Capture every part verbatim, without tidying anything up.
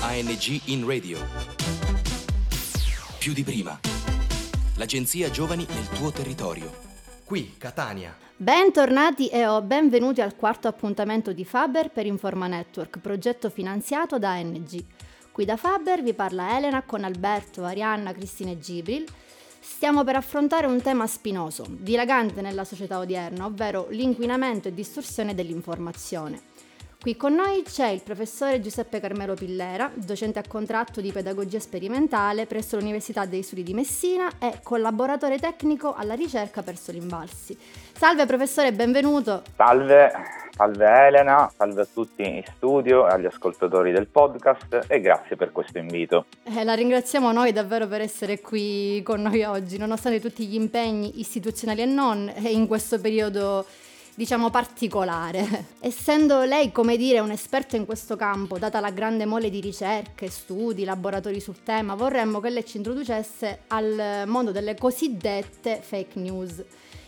A N G in Radio. Più di prima. L'agenzia Giovani nel tuo territorio. Qui, Catania. Bentornati e o benvenuti al quarto appuntamento di Faber per Informa Network, progetto finanziato da A N G. Qui da Faber vi parla Elena con Alberto, Arianna, Cristina e Gibril. Stiamo per affrontare un tema spinoso, dilagante nella società odierna, ovvero l'inquinamento e distorsione dell'informazione. Qui con noi c'è il professore Giuseppe Carmelo Pillera, docente a contratto di pedagogia sperimentale presso l'Università degli Studi di Messina e collaboratore tecnico alla ricerca per Solinvalsi. Salve professore, benvenuto. Salve, salve Elena, salve a tutti in studio e agli ascoltatori del podcast e grazie per questo invito. Eh, la ringraziamo noi davvero per essere qui con noi oggi, nonostante tutti gli impegni istituzionali e non, e in questo periodo diciamo particolare. Essendo lei, come dire, un esperto in questo campo, data la grande mole di ricerche, studi, laboratori sul tema, vorremmo che lei ci introducesse al mondo delle cosiddette fake news.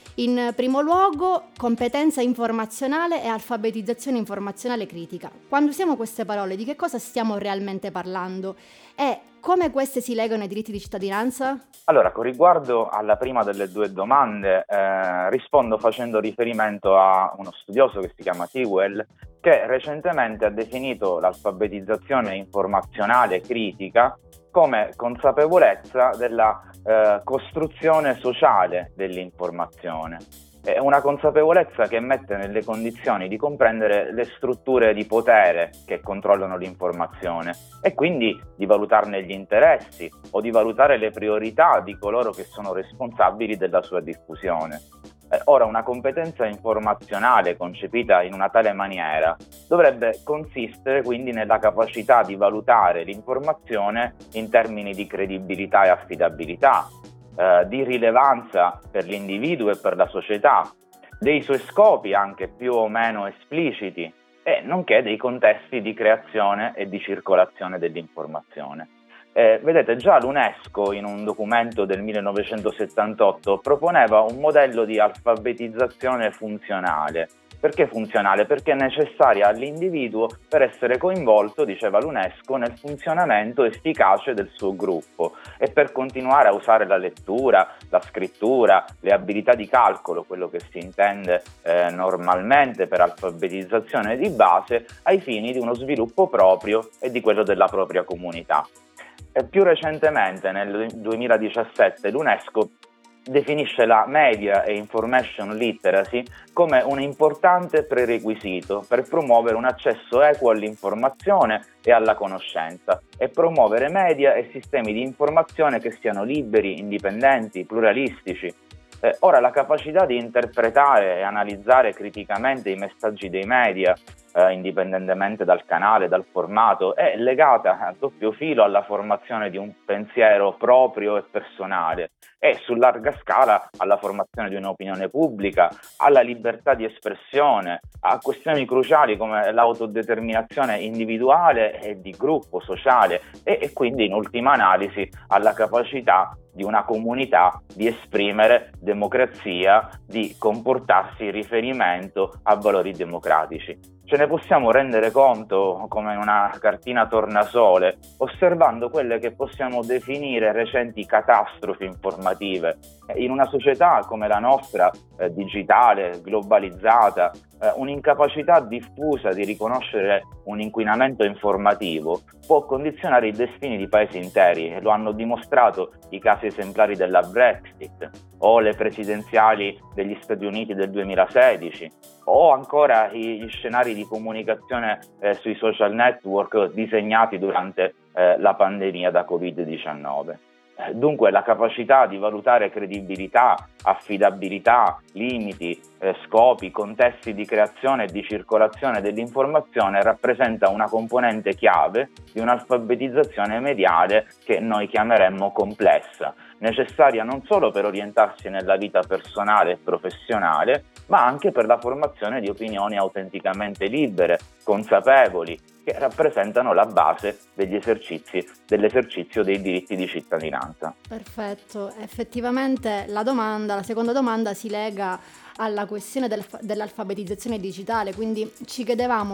In primo luogo, competenza informazionale e alfabetizzazione informazionale critica. Quando usiamo queste parole, di che cosa stiamo realmente parlando? E come queste si legano ai diritti di cittadinanza? Allora, con riguardo alla prima delle due domande, eh, rispondo facendo riferimento a uno studioso che si chiama Sewell, che recentemente ha definito l'alfabetizzazione informazionale critica come consapevolezza della eh, costruzione sociale dell'informazione. È una consapevolezza che mette nelle condizioni di comprendere le strutture di potere che controllano l'informazione e quindi di valutarne gli interessi o di valutare le priorità di coloro che sono responsabili della sua diffusione. Eh, ora, una competenza informazionale concepita in una tale maniera dovrebbe consistere quindi nella capacità di valutare l'informazione in termini di credibilità e affidabilità, Eh, di rilevanza per l'individuo e per la società, dei suoi scopi anche più o meno espliciti e nonché dei contesti di creazione e di circolazione dell'informazione. Eh, vedete, già l'UNESCO in un documento del millenovecentosettantotto proponeva un modello di alfabetizzazione funzionale. Perché funzionale? Perché è necessaria all'individuo per essere coinvolto, diceva l'UNESCO, nel funzionamento efficace del suo gruppo e per continuare a usare la lettura, la scrittura, le abilità di calcolo, quello che si intende eh, normalmente per alfabetizzazione di base, ai fini di uno sviluppo proprio e di quello della propria comunità. E più recentemente, nel duemiladiciassette, l'UNESCO definisce la Media e Information Literacy come un importante prerequisito per promuovere un accesso equo all'informazione e alla conoscenza e promuovere media e sistemi di informazione che siano liberi, indipendenti, pluralistici. Eh, ora, la capacità di interpretare e analizzare criticamente i messaggi dei media, eh, indipendentemente dal canale, dal formato, è legata a doppio filo alla formazione di un pensiero proprio e personale e su larga scala alla formazione di un'opinione pubblica, alla libertà di espressione, a questioni cruciali come l'autodeterminazione individuale e di gruppo sociale e, e quindi in ultima analisi alla capacità di una comunità di esprimere democrazia, di comportarsi in riferimento a valori democratici. Ce ne possiamo rendere conto come in una cartina tornasole, osservando quelle che possiamo definire recenti catastrofi informative. In una società come la nostra, eh, digitale, globalizzata, eh, un'incapacità diffusa di riconoscere un inquinamento informativo può condizionare i destini di paesi interi. Lo hanno dimostrato i casi esemplari della Brexit o le presidenziali degli Stati Uniti del duemilasedici o ancora gli scenari di comunicazione eh, sui social network disegnati durante eh, la pandemia da covid diciannove. Dunque la capacità di valutare credibilità, affidabilità, limiti, eh, scopi, contesti di creazione e di circolazione dell'informazione rappresenta una componente chiave di un'alfabetizzazione mediale che noi chiameremmo complessa, necessaria non solo per orientarsi nella vita personale e professionale, ma anche per la formazione di opinioni autenticamente libere, consapevoli, che rappresentano la base degli esercizi, dell'esercizio dei diritti di cittadinanza. Perfetto, effettivamente la domanda, la seconda domanda si lega alla questione del, dell'alfabetizzazione digitale, quindi ci chiedevamo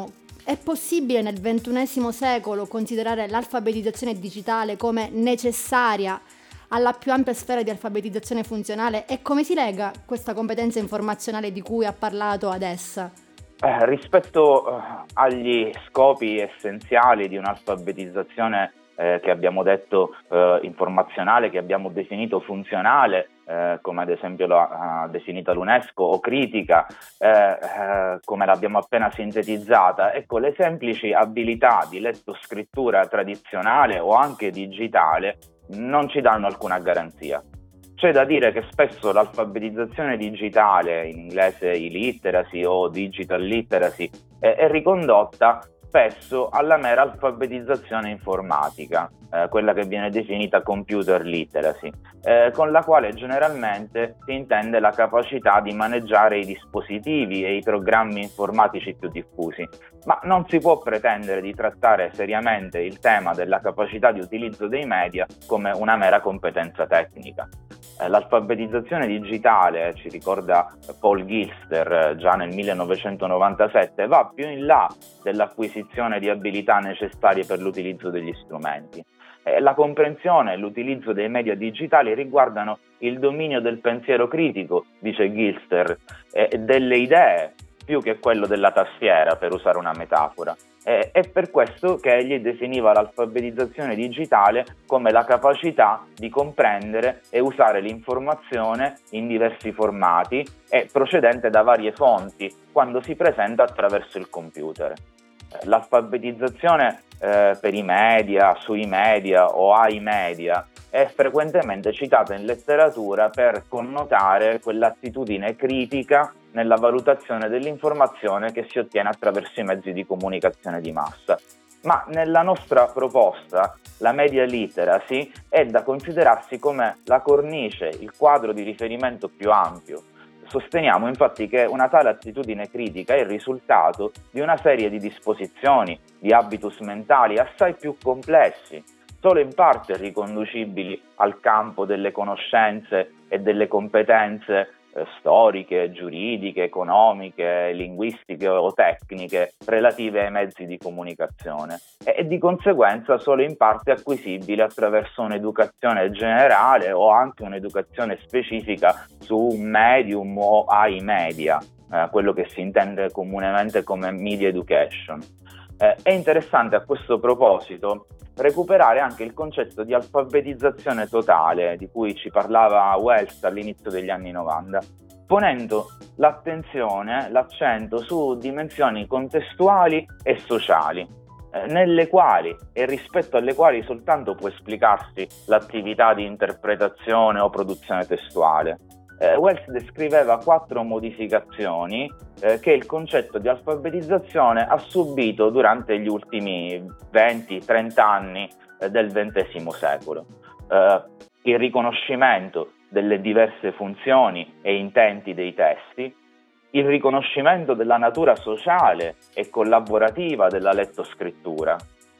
È possibile nel ventunesimo secolo considerare l'alfabetizzazione digitale come necessaria alla più ampia sfera di alfabetizzazione funzionale, e come si lega questa competenza informazionale di cui ha parlato ad essa? Eh, rispetto eh, agli scopi essenziali di un'alfabetizzazione eh, che abbiamo detto eh, informazionale, che abbiamo definito funzionale, eh, come ad esempio l'ha definita l'UNESCO, o critica, eh, eh, come l'abbiamo appena sintetizzata, ecco, le semplici abilità di lettoscrittura tradizionale o anche digitale non ci danno alcuna garanzia. C'è da dire che spesso l'alfabetizzazione digitale, in inglese e-literacy o digital literacy, è, è ricondotta spesso alla mera alfabetizzazione informatica, eh, quella che viene definita computer literacy, eh, con la quale generalmente si intende la capacità di maneggiare i dispositivi e i programmi informatici più diffusi, ma non si può pretendere di trattare seriamente il tema della capacità di utilizzo dei media come una mera competenza tecnica. L'alfabetizzazione digitale, ci ricorda Paul Gilster già nel millenovecentonovantasette, va più in là dell'acquisizione di abilità necessarie per l'utilizzo degli strumenti. La comprensione e l'utilizzo dei media digitali riguardano il dominio del pensiero critico, dice Gilster, e delle idee, più che quello della tastiera, per usare una metafora. Eh, è per questo che egli definiva l'alfabetizzazione digitale come la capacità di comprendere e usare l'informazione in diversi formati e procedente da varie fonti quando si presenta attraverso il computer. Eh, l'alfabetizzazione eh, per i media, sui media o ai media è frequentemente citata in letteratura per connotare quell'attitudine critica nella valutazione dell'informazione che si ottiene attraverso i mezzi di comunicazione di massa. Ma nella nostra proposta la media literacy è da considerarsi come la cornice, il quadro di riferimento più ampio. Sosteniamo infatti che una tale attitudine critica è il risultato di una serie di disposizioni, di habitus mentali assai più complessi, solo in parte riconducibili al campo delle conoscenze e delle competenze eh, storiche, giuridiche, economiche, linguistiche o tecniche relative ai mezzi di comunicazione e, e di conseguenza solo in parte acquisibili attraverso un'educazione generale o anche un'educazione specifica su un medium o ai media, eh, quello che si intende comunemente come media education. Eh, è interessante a questo proposito recuperare anche il concetto di alfabetizzazione totale di cui ci parlava Wells all'inizio degli anni novanta, ponendo l'attenzione, l'accento su dimensioni contestuali e sociali, eh, nelle quali e rispetto alle quali soltanto può esplicarsi l'attività di interpretazione o produzione testuale. Eh, Wells descriveva quattro modificazioni eh, che il concetto di alfabetizzazione ha subito durante gli ultimi venti trenta anni eh, del ventesimo secolo. Eh, il riconoscimento delle diverse funzioni e intenti dei testi, il riconoscimento della natura sociale e collaborativa della lettoscrittura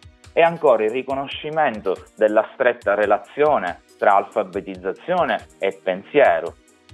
e ancora il riconoscimento della stretta relazione tra alfabetizzazione e pensiero.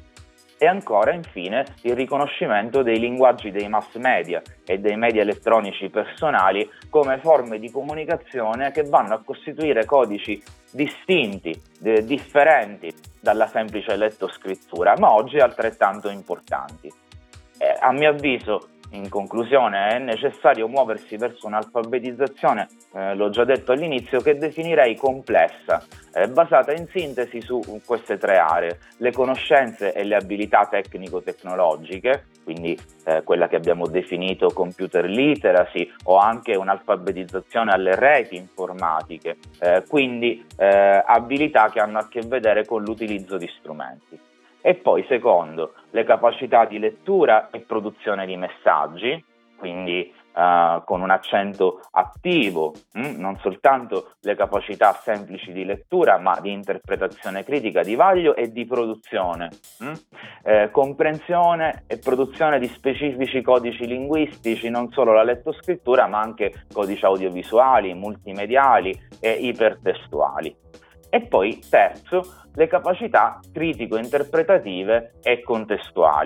E ancora, infine, il riconoscimento dei linguaggi dei mass media e dei media elettronici personali come forme di comunicazione che vanno a costituire codici distinti, eh, differenti dalla semplice lettoscrittura, ma oggi altrettanto importanti. Eh, a mio avviso, in conclusione, è necessario muoversi verso un'alfabetizzazione, eh, l'ho già detto all'inizio, che definirei complessa, eh, basata in sintesi su queste tre aree: le conoscenze e le abilità tecnico-tecnologiche, quindi eh, quella che abbiamo definito computer literacy, o anche un'alfabetizzazione alle reti informatiche, eh, quindi eh, abilità che hanno a che vedere con l'utilizzo di strumenti. E poi, secondo, le capacità di lettura e produzione di messaggi, quindi uh, con un accento attivo, mh? non soltanto le capacità semplici di lettura, ma di interpretazione critica, di vaglio e di produzione, mh? Eh, comprensione e produzione di specifici codici linguistici, non solo la lettoscrittura, ma anche codici audiovisuali, multimediali e ipertestuali. E poi, terzo, le capacità critico-interpretative e contestuali,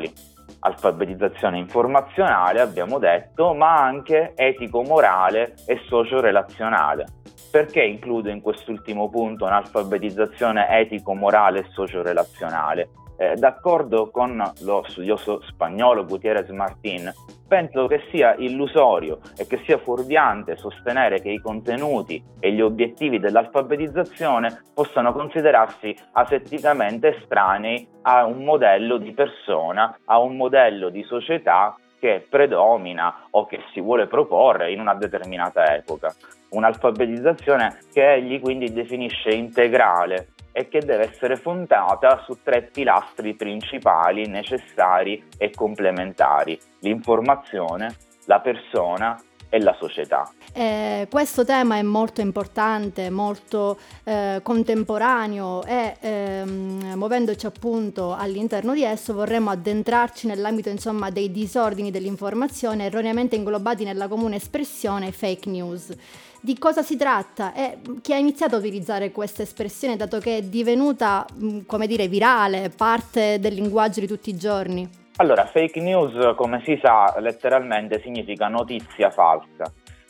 Alfabetizzazione informazionale, abbiamo detto, ma anche etico-morale e socio-relazionale. Perché includo in quest'ultimo punto un'alfabetizzazione etico-morale e socio-relazionale? Eh, d'accordo con lo studioso spagnolo Gutiérrez Martín, penso che sia illusorio e che sia fuorviante sostenere che i contenuti e gli obiettivi dell'alfabetizzazione possano considerarsi asetticamente estranei a un modello di persona, a un modello di società che predomina o che si vuole proporre in una determinata epoca. Un'alfabetizzazione che egli quindi definisce integrale e che deve essere fondata su tre pilastri principali, necessari e complementari: l'informazione, la persona e la società. Eh, questo tema è molto importante, molto eh, contemporaneo e ehm, muovendoci appunto all'interno di esso vorremmo addentrarci nell'ambito insomma dei disordini dell'informazione erroneamente inglobati nella comune espressione fake news. Di cosa si tratta e chi ha iniziato a utilizzare questa espressione, dato che è divenuta, come dire, virale, parte del linguaggio di tutti i giorni? Allora, fake news, come si sa, letteralmente significa notizia falsa.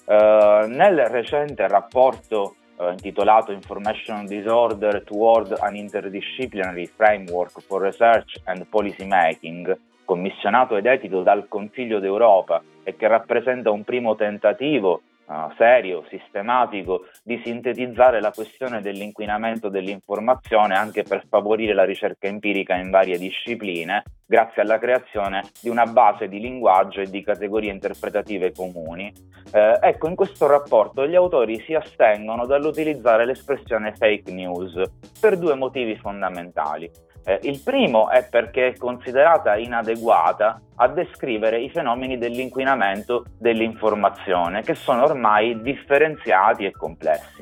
Uh, nel recente rapporto uh, intitolato Information Disorder Toward an Interdisciplinary Framework for Research and Policy Making, commissionato ed edito dal Consiglio d'Europa e che rappresenta un primo tentativo Uh, serio, sistematico, di sintetizzare la questione dell'inquinamento dell'informazione anche per favorire la ricerca empirica in varie discipline, grazie alla creazione di una base di linguaggio e di categorie interpretative comuni. Eh, ecco, in questo rapporto gli autori si astengono dall'utilizzare l'espressione fake news per due motivi fondamentali. Eh, il primo è perché è considerata inadeguata a descrivere i fenomeni dell'inquinamento dell'informazione, che sono ormai differenziati e complessi.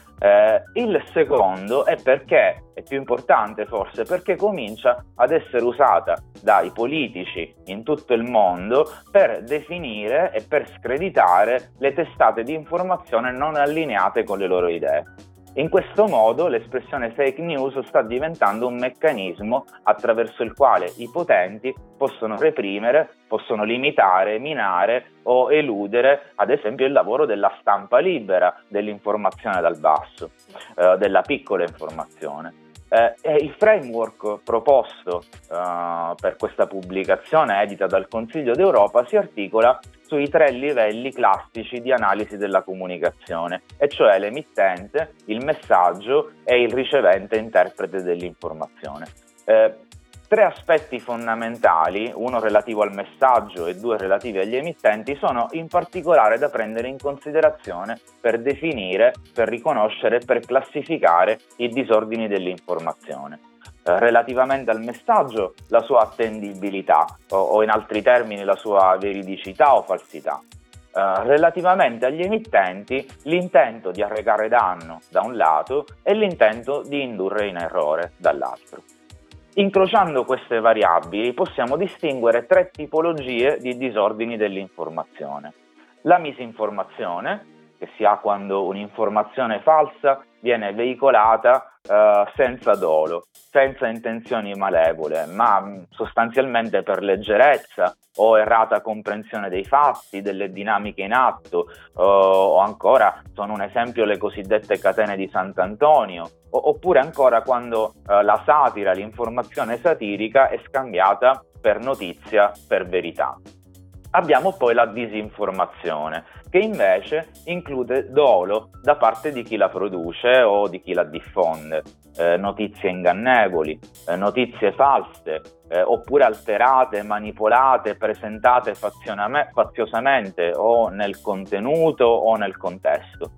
Eh, il secondo è perché, è più importante forse, perché comincia ad essere usata dai politici in tutto il mondo per definire e per screditare le testate di informazione non allineate con le loro idee. In questo modo l'espressione fake news sta diventando un meccanismo attraverso il quale i potenti possono reprimere, possono limitare, minare o eludere, ad esempio, il lavoro della stampa libera, dell'informazione dal basso, eh, della piccola informazione. Eh, e il framework proposto eh, per questa pubblicazione edita dal Consiglio d'Europa si articola sui tre livelli classici di analisi della comunicazione, e cioè l'emittente, il messaggio e il ricevente interprete dell'informazione. Eh, tre aspetti fondamentali, uno relativo al messaggio e due relativi agli emittenti, sono in particolare da prendere in considerazione per definire, per riconoscere e per classificare i disordini dell'informazione. Relativamente al messaggio, la sua attendibilità o, o in altri termini la sua veridicità o falsità. Uh, relativamente agli emittenti, l'intento di arrecare danno da un lato e l'intento di indurre in errore dall'altro. Incrociando queste variabili possiamo distinguere tre tipologie di disordini dell'informazione. La misinformazione, che si ha quando un'informazione falsa viene veicolata uh, senza dolo, senza intenzioni malevole, ma sostanzialmente per leggerezza o errata comprensione dei fatti, delle dinamiche in atto, uh, o ancora sono un esempio le cosiddette catene di Sant'Antonio, o, oppure ancora quando uh, la satira, l'informazione satirica è scambiata per notizia, per verità. Abbiamo poi la disinformazione, che invece include dolo da parte di chi la produce o di chi la diffonde, eh, notizie ingannevoli, eh, notizie false, eh, oppure alterate, manipolate, presentate fazioname- faziosamente o nel contenuto o nel contesto.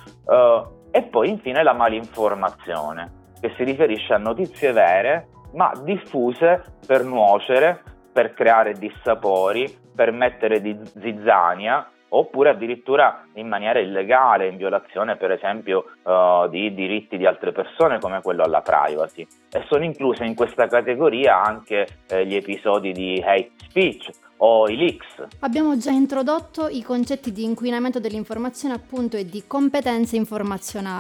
Uh, e poi infine la malinformazione, che si riferisce a notizie vere ma diffuse per nuocere, per creare dissapori, per mettere di zizzania, oppure addirittura in maniera illegale, in violazione per esempio uh, di diritti di altre persone, come quello alla privacy. E sono incluse in questa categoria anche eh, gli episodi di hate speech o i leaks. Abbiamo già introdotto i concetti di inquinamento dell'informazione appunto e di competenza informazionale.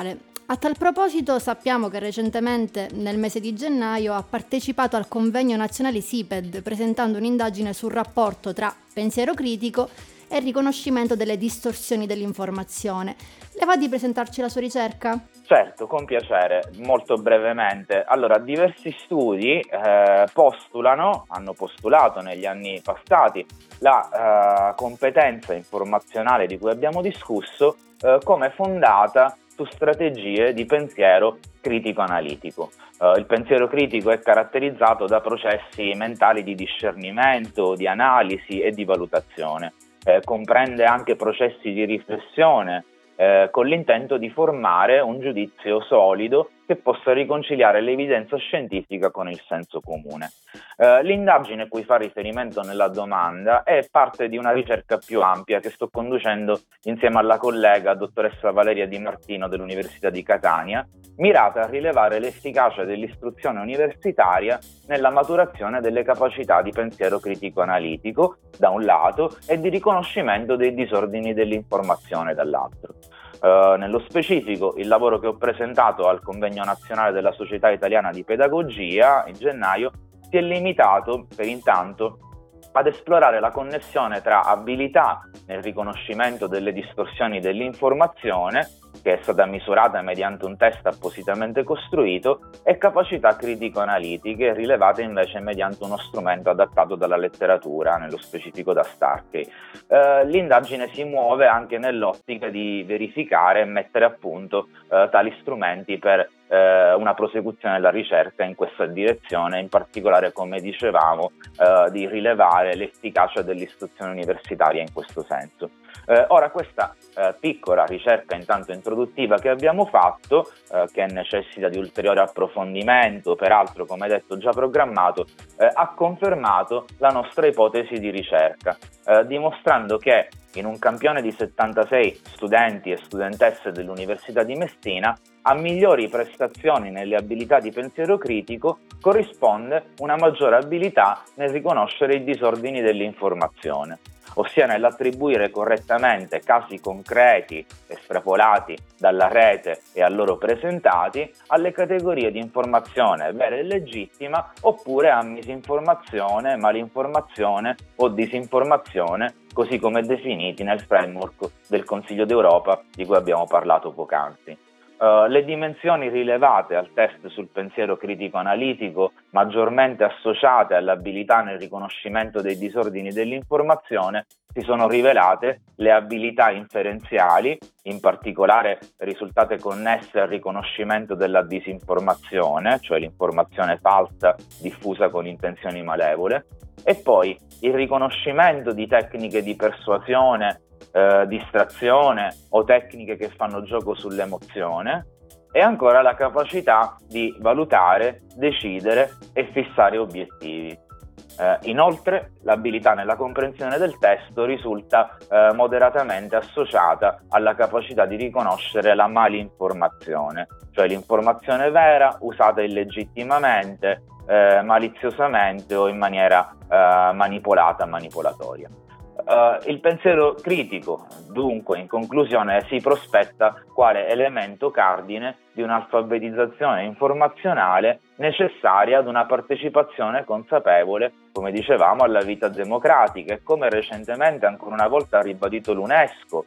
A tal proposito sappiamo che recentemente, nel mese di gennaio, ha partecipato al convegno nazionale S I P E D presentando un'indagine sul rapporto tra pensiero critico e riconoscimento delle distorsioni dell'informazione. Le va di presentarci la sua ricerca? Certo, con piacere, molto brevemente. Allora, diversi studi eh, postulano, hanno postulato negli anni passati, la eh, competenza informazionale di cui abbiamo discusso eh, come fondata su strategie di pensiero critico-analitico. Uh, il pensiero critico è caratterizzato da processi mentali di discernimento, di analisi e di valutazione. Eh, comprende anche processi di riflessione eh, con l'intento di formare un giudizio solido che possa riconciliare l'evidenza scientifica con il senso comune. Eh, l'indagine a cui fa riferimento nella domanda è parte di una ricerca più ampia che sto conducendo insieme alla collega dottoressa Valeria Di Martino dell'Università di Catania, mirata a rilevare l'efficacia dell'istruzione universitaria nella maturazione delle capacità di pensiero critico-analitico da un lato e di riconoscimento dei disordini dell'informazione dall'altro. Uh, nello specifico, il lavoro che ho presentato al Convegno Nazionale della Società Italiana di Pedagogia in gennaio si è limitato per intanto ad esplorare la connessione tra abilità nel riconoscimento delle distorsioni dell'informazione, che è stata misurata mediante un test appositamente costruito, e capacità critico-analitiche rilevate invece mediante uno strumento adattato dalla letteratura, nello specifico da Starkey. Eh, l'indagine si muove anche nell'ottica di verificare e mettere a punto eh, tali strumenti per eh, una prosecuzione della ricerca in questa direzione, in particolare, come dicevamo, eh, di rilevare l'efficacia dell'istruzione universitaria in questo senso. Eh, ora questa eh, piccola ricerca intanto introduttiva che abbiamo fatto, eh, che necessita di ulteriore approfondimento, peraltro come detto già programmato, eh, ha confermato la nostra ipotesi di ricerca, eh, dimostrando che in un campione di settantasei studenti e studentesse dell'Università di Messina a migliori prestazioni nelle abilità di pensiero critico corrisponde una maggiore abilità nel riconoscere i disordini dell'informazione, ossia nell'attribuire correttamente casi concreti estrapolati dalla rete e a loro presentati alle categorie di informazione vera e legittima oppure a misinformazione, malinformazione o disinformazione, così come definiti nel framework del Consiglio d'Europa di cui abbiamo parlato poc'anzi. Uh, le dimensioni rilevate al test sul pensiero critico-analitico, maggiormente associate all'abilità nel riconoscimento dei disordini dell'informazione, si sono rivelate le abilità inferenziali, in particolare risultate connesse al riconoscimento della disinformazione, cioè l'informazione falsa diffusa con intenzioni malevole, e poi il riconoscimento di tecniche di persuasione, Eh, distrazione o tecniche che fanno gioco sull'emozione, e ancora la capacità di valutare, decidere e fissare obiettivi. Eh, inoltre, l'abilità nella comprensione del testo risulta eh, moderatamente associata alla capacità di riconoscere la malinformazione, cioè l'informazione vera usata illegittimamente, eh, maliziosamente o in maniera eh, manipolata, manipolatoria. Uh, il pensiero critico, dunque, in conclusione, si prospetta quale elemento cardine di un'alfabetizzazione informazionale necessaria ad una partecipazione consapevole, come dicevamo, alla vita democratica, e come recentemente ancora una volta ha ribadito l'UNESCO,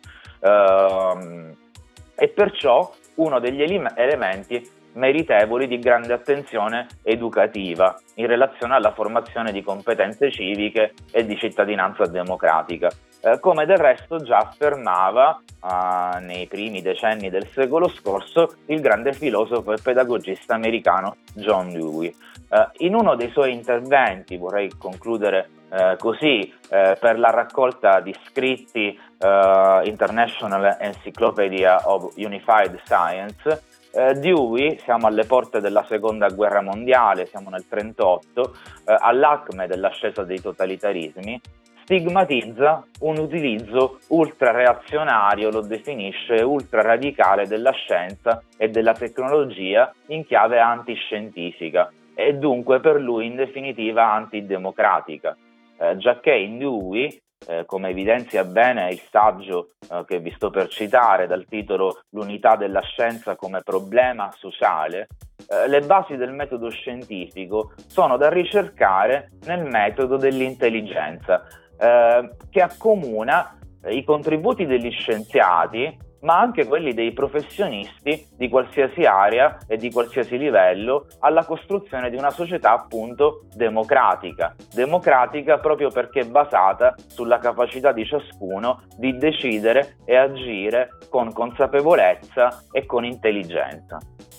uh, e perciò uno degli ele- elementi meritevoli di grande attenzione educativa in relazione alla formazione di competenze civiche e di cittadinanza democratica, eh, come del resto già affermava eh, nei primi decenni del secolo scorso il grande filosofo e pedagogista americano John Dewey. Eh, in uno dei suoi interventi, vorrei concludere eh, così, eh, per la raccolta di scritti eh, International Encyclopedia of Unified Science, Uh, Dewey, siamo alle porte della seconda guerra mondiale, siamo nel trentotto, uh, all'acme dell'ascesa dei totalitarismi, stigmatizza un utilizzo ultra-reazionario, lo definisce ultra-radicale della scienza e della tecnologia in chiave antiscientifica e dunque per lui in definitiva antidemocratica, uh, giacché in Dewey eh, come evidenzia bene il saggio eh, che vi sto per citare dal titolo "L'unità della scienza come problema sociale", eh, le basi del metodo scientifico sono da ricercare nel metodo dell'intelligenza, eh, che accomuna eh, i contributi degli scienziati, ma anche quelli dei professionisti di qualsiasi area e di qualsiasi livello, alla costruzione di una società appunto democratica. Democratica proprio perché è basata sulla capacità di ciascuno di decidere e agire con consapevolezza e con intelligenza.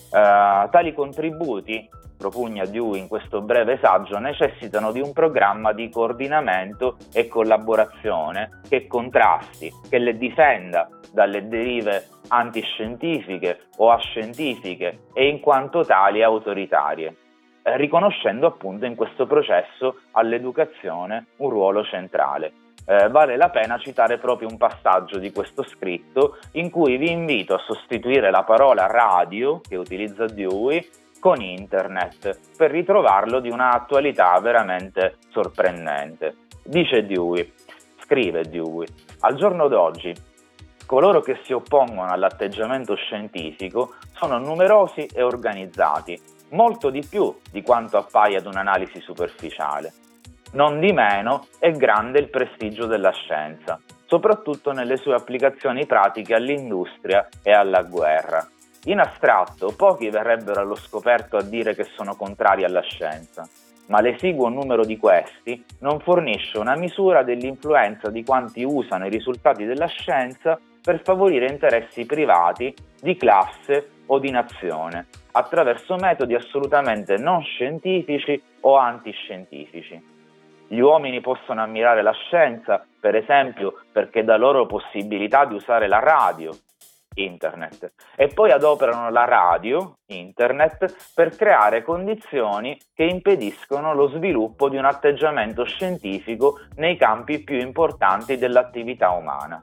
Uh, tali contributi, propugna Dewey in questo breve saggio, necessitano di un programma di coordinamento e collaborazione che contrasti, che le difenda dalle derive antiscientifiche o ascientifiche e in quanto tali autoritarie, eh, riconoscendo appunto in questo processo all'educazione un ruolo centrale. Eh, vale la pena citare proprio un passaggio di questo scritto in cui vi invito a sostituire la parola radio, che utilizza Dewey, con internet, per ritrovarlo di una attualità veramente sorprendente. Dice Dewey, scrive Dewey, al giorno d'oggi coloro che si oppongono all'atteggiamento scientifico sono numerosi e organizzati, molto di più di quanto appaia ad un'analisi superficiale. Non di meno è grande il prestigio della scienza, soprattutto nelle sue applicazioni pratiche all'industria e alla guerra. In astratto, pochi verrebbero allo scoperto a dire che sono contrari alla scienza, ma l'esiguo numero di questi non fornisce una misura dell'influenza di quanti usano i risultati della scienza per favorire interessi privati, di classe o di nazione, attraverso metodi assolutamente non scientifici o antiscientifici. Gli uomini possono ammirare la scienza, per esempio, perché dà loro possibilità di usare la radio, internet, e poi adoperano la radio, internet, per creare condizioni che impediscono lo sviluppo di un atteggiamento scientifico nei campi più importanti dell'attività umana.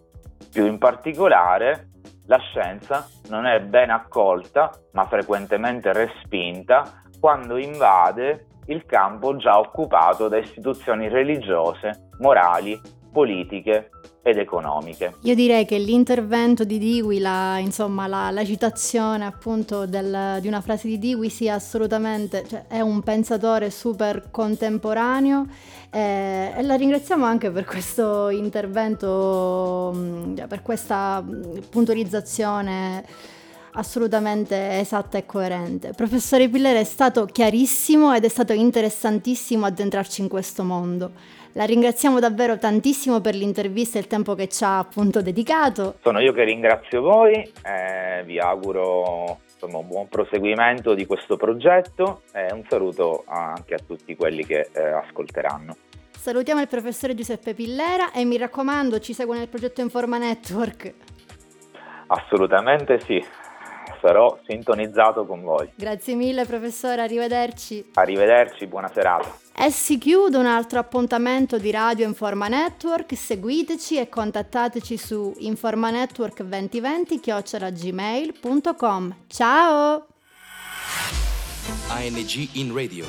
Più in particolare, la scienza non è ben accolta, ma frequentemente respinta, quando invade il campo già occupato da istituzioni religiose, morali, politiche ed economiche. Io direi che l'intervento di Dewey, la, insomma la, la citazione appunto del, di una frase di Dewey sia assolutamente, cioè è un pensatore super contemporaneo, eh, e la ringraziamo anche per questo intervento, per questa puntualizzazione assolutamente esatta e coerente. Professore Pillera, è stato chiarissimo ed è stato interessantissimo addentrarci in questo mondo. La ringraziamo davvero tantissimo per l'intervista e il tempo che ci ha appunto dedicato. Sono io che ringrazio voi, eh, vi auguro insomma, un buon proseguimento di questo progetto e un saluto anche a tutti quelli che eh, ascolteranno. Salutiamo il professore Giuseppe Pillera e mi raccomando, ci segue nel progetto Informa Network. Assolutamente sì, sarò sintonizzato con voi. Grazie mille professore, arrivederci. Arrivederci, buona serata. E si chiude un altro appuntamento di Radio Informa Network, seguiteci e contattateci su informanetwork duemilaventi chiocciola gmail punto com. Ciao! A N G in Radio.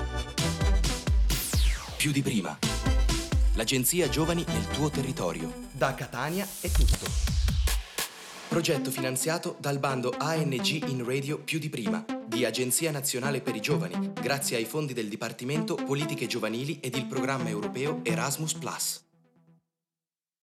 Più di prima. L'agenzia Giovani nel tuo territorio. Da Catania è tutto. Progetto finanziato dal bando A N G in Radio Più di prima di Agenzia Nazionale per i Giovani, grazie ai fondi del Dipartimento Politiche Giovanili ed il programma europeo Erasmus Plus.